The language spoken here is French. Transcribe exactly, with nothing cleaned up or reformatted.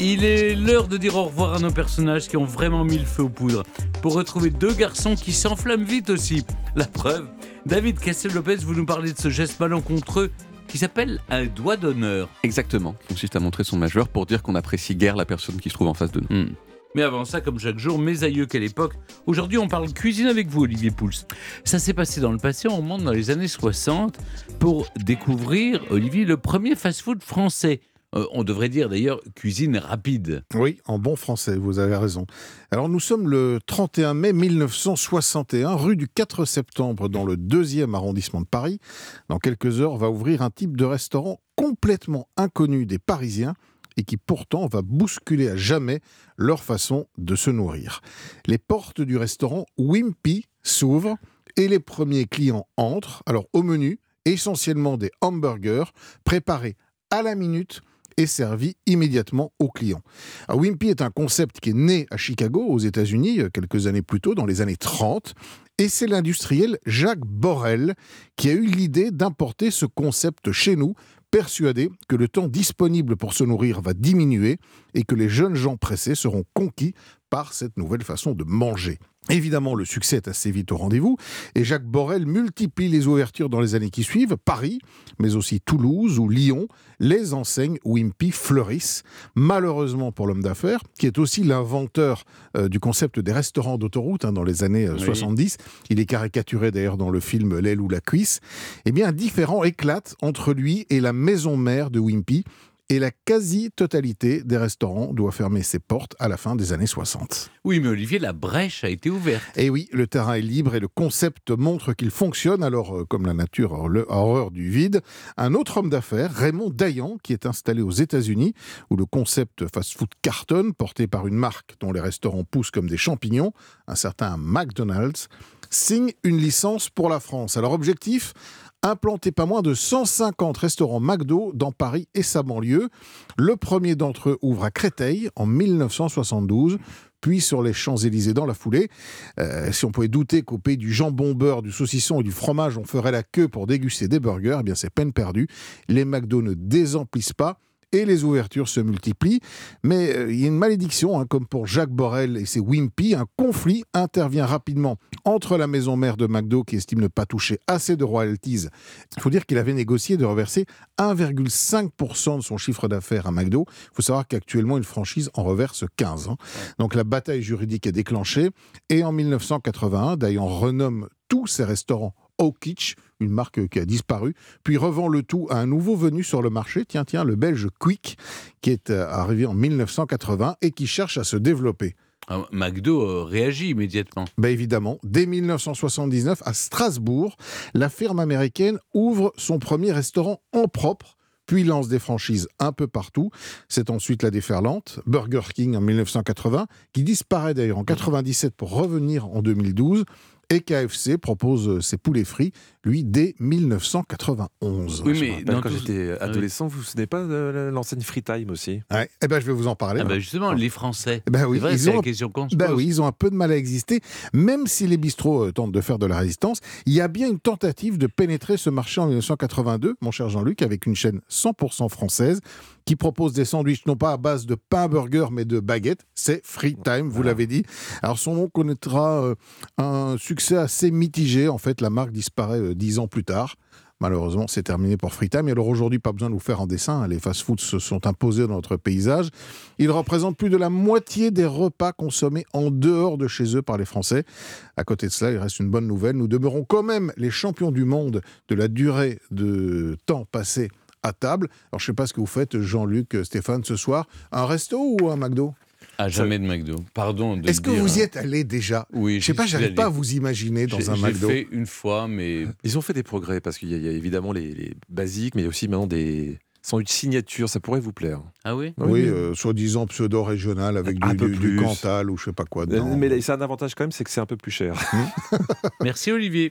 Il est l'heure de dire au revoir à nos personnages qui ont vraiment mis le feu aux poudres pour retrouver deux garçons qui s'enflamment vite aussi. La preuve, David Castel-Lopez, vous nous parlez de ce geste malencontreux qui s'appelle un doigt d'honneur. Exactement, qui consiste à montrer son majeur pour dire qu'on n'apprécie guère la personne qui se trouve en face de nous. Hmm. Mais avant ça, comme chaque jour, mes aïeux, quelle époque. Aujourd'hui, on parle cuisine avec vous, Olivier Pouls. Ça s'est passé dans le passé, on remonte dans les années soixante pour découvrir, Olivier, le premier fast-food français. Euh, on devrait dire d'ailleurs cuisine rapide. Oui, en bon français, vous avez raison. Alors nous sommes le trente et un mai mille neuf cent soixante et un, rue du quatre septembre, dans le deuxième arrondissement de Paris. Dans quelques heures, va ouvrir un type de restaurant complètement inconnu des Parisiens et qui pourtant va bousculer à jamais leur façon de se nourrir. Les portes du restaurant Wimpy s'ouvrent et les premiers clients entrent. Alors au menu, essentiellement des hamburgers préparés à la minute et servi immédiatement aux clients. Alors, Wimpy est un concept qui est né à Chicago, aux États-Unis, quelques années plus tôt, dans les années trente, et c'est l'industriel Jacques Borel qui a eu l'idée d'importer ce concept chez nous, persuadé que le temps disponible pour se nourrir va diminuer et que les jeunes gens pressés seront conquis par cette nouvelle façon de manger. Évidemment, le succès est assez vite au rendez-vous et Jacques Borel multiplie les ouvertures dans les années qui suivent. Paris, mais aussi Toulouse ou Lyon, les enseignes Wimpy fleurissent. Malheureusement pour l'homme d'affaires, qui est aussi l'inventeur euh, du concept des restaurants d'autoroute hein, dans les années euh, oui. soixante-dix, il est caricaturé d'ailleurs dans le film L'aile ou la cuisse, eh bien un différend éclate entre lui et la maison mère de Wimpy. Et la quasi-totalité des restaurants doit fermer ses portes à la fin des années soixante. Oui, mais Olivier, la brèche a été ouverte. Et oui, le terrain est libre et le concept montre qu'il fonctionne. Alors, euh, comme la nature a horreur du vide, un autre homme d'affaires, Raymond Dayan, qui est installé aux États-Unis, où le concept fast-food cartonne, porté par une marque dont les restaurants poussent comme des champignons, un certain McDonald's, signe une licence pour la France. Alors, objectif ? Implanter pas moins de cent cinquante restaurants McDo dans Paris et sa banlieue. Le premier d'entre eux ouvre à Créteil en mille neuf cent soixante-douze, puis sur les Champs-Élysées dans la foulée. Euh, si on pouvait douter qu'au pays du jambon beurre, du saucisson et du fromage, on ferait la queue pour déguster des burgers, eh bien c'est peine perdue. Les McDo ne désemplissent pas. Et les ouvertures se multiplient. Mais euh, il y a une malédiction, hein, comme pour Jacques Borel et ses Wimpy. Un conflit intervient rapidement entre la maison mère de McDo, qui estime ne pas toucher assez de royalties. Il faut dire qu'il avait négocié de reverser un virgule cinq pour cent de son chiffre d'affaires à McDo. Il faut savoir qu'actuellement, une franchise en reverse quinze. Hein. Donc la bataille juridique est déclenchée. Et en mille neuf cent quatre-vingt-un, Dayan renomme tous ses restaurants Au Kitsch, une marque qui a disparu, puis revend le tout à un nouveau venu sur le marché, tiens, tiens, le belge Quick, qui est arrivé en mille neuf cent quatre-vingts et qui cherche à se développer. Alors, McDo euh, réagit immédiatement. Ben évidemment, dès mille neuf cent soixante-dix-neuf, à Strasbourg, la firme américaine ouvre son premier restaurant en propre, puis lance des franchises un peu partout. C'est ensuite la déferlante, Burger King en mille neuf cent quatre-vingts, qui disparaît d'ailleurs en quatre-vingt-dix-sept pour revenir en deux mille douze. Et K F C propose ses poulets frits, lui, dès mille neuf cent quatre-vingt-onze. Oui, mais je me quand tout... j'étais adolescent, vous vous souvenez pas de l'enseigne Free Time aussi ? Ouais. Eh ben, je vais vous en parler. Ah ben justement, les Français. Eh ben oui, c'est vrai, ils c'est ont... la question qu'on se ben pose. Oui, ils ont un peu de mal à exister. Même si les bistrots euh, tentent de faire de la résistance, il y a bien une tentative de pénétrer ce marché en mille neuf cent quatre-vingt-deux, mon cher Jean-Luc, avec une chaîne cent pour cent française qui propose des sandwichs non pas à base de pain burger mais de baguettes. C'est Free Time, vous voilà. l'avez dit. Alors son nom connaîtra euh, un succès assez mitigé. En fait, la marque disparaît euh, dix ans plus tard. Malheureusement, c'est terminé pour Free Time. Et alors aujourd'hui, pas besoin de vous faire en dessin. Les fast-foods se sont imposés dans notre paysage. Ils représentent plus de la moitié des repas consommés en dehors de chez eux par les Français. À côté de cela, il reste une bonne nouvelle. Nous demeurons quand même les champions du monde de la durée de temps passé à table. Alors, je ne sais pas ce que vous faites, Jean-Luc, Stéphane, ce soir. Un resto ou un McDo ? Ah, jamais de McDo. Pardon de Est-ce que dire. vous y êtes allé déjà ? Oui. Je sais pas, j'arrive pas à vous imaginer dans j'ai, un j'ai McDo. J'ai fait une fois, mais... Ils ont fait des progrès, parce qu'il y a, il y a évidemment les, les basiques, mais il y a aussi maintenant des sandwichs signature, ça pourrait vous plaire. Ah oui ? Oui, oui euh, soi-disant pseudo-régional avec du, du, du Cantal ou je sais pas quoi dedans. Mais c'est un avantage quand même, c'est que c'est un peu plus cher. Merci Olivier.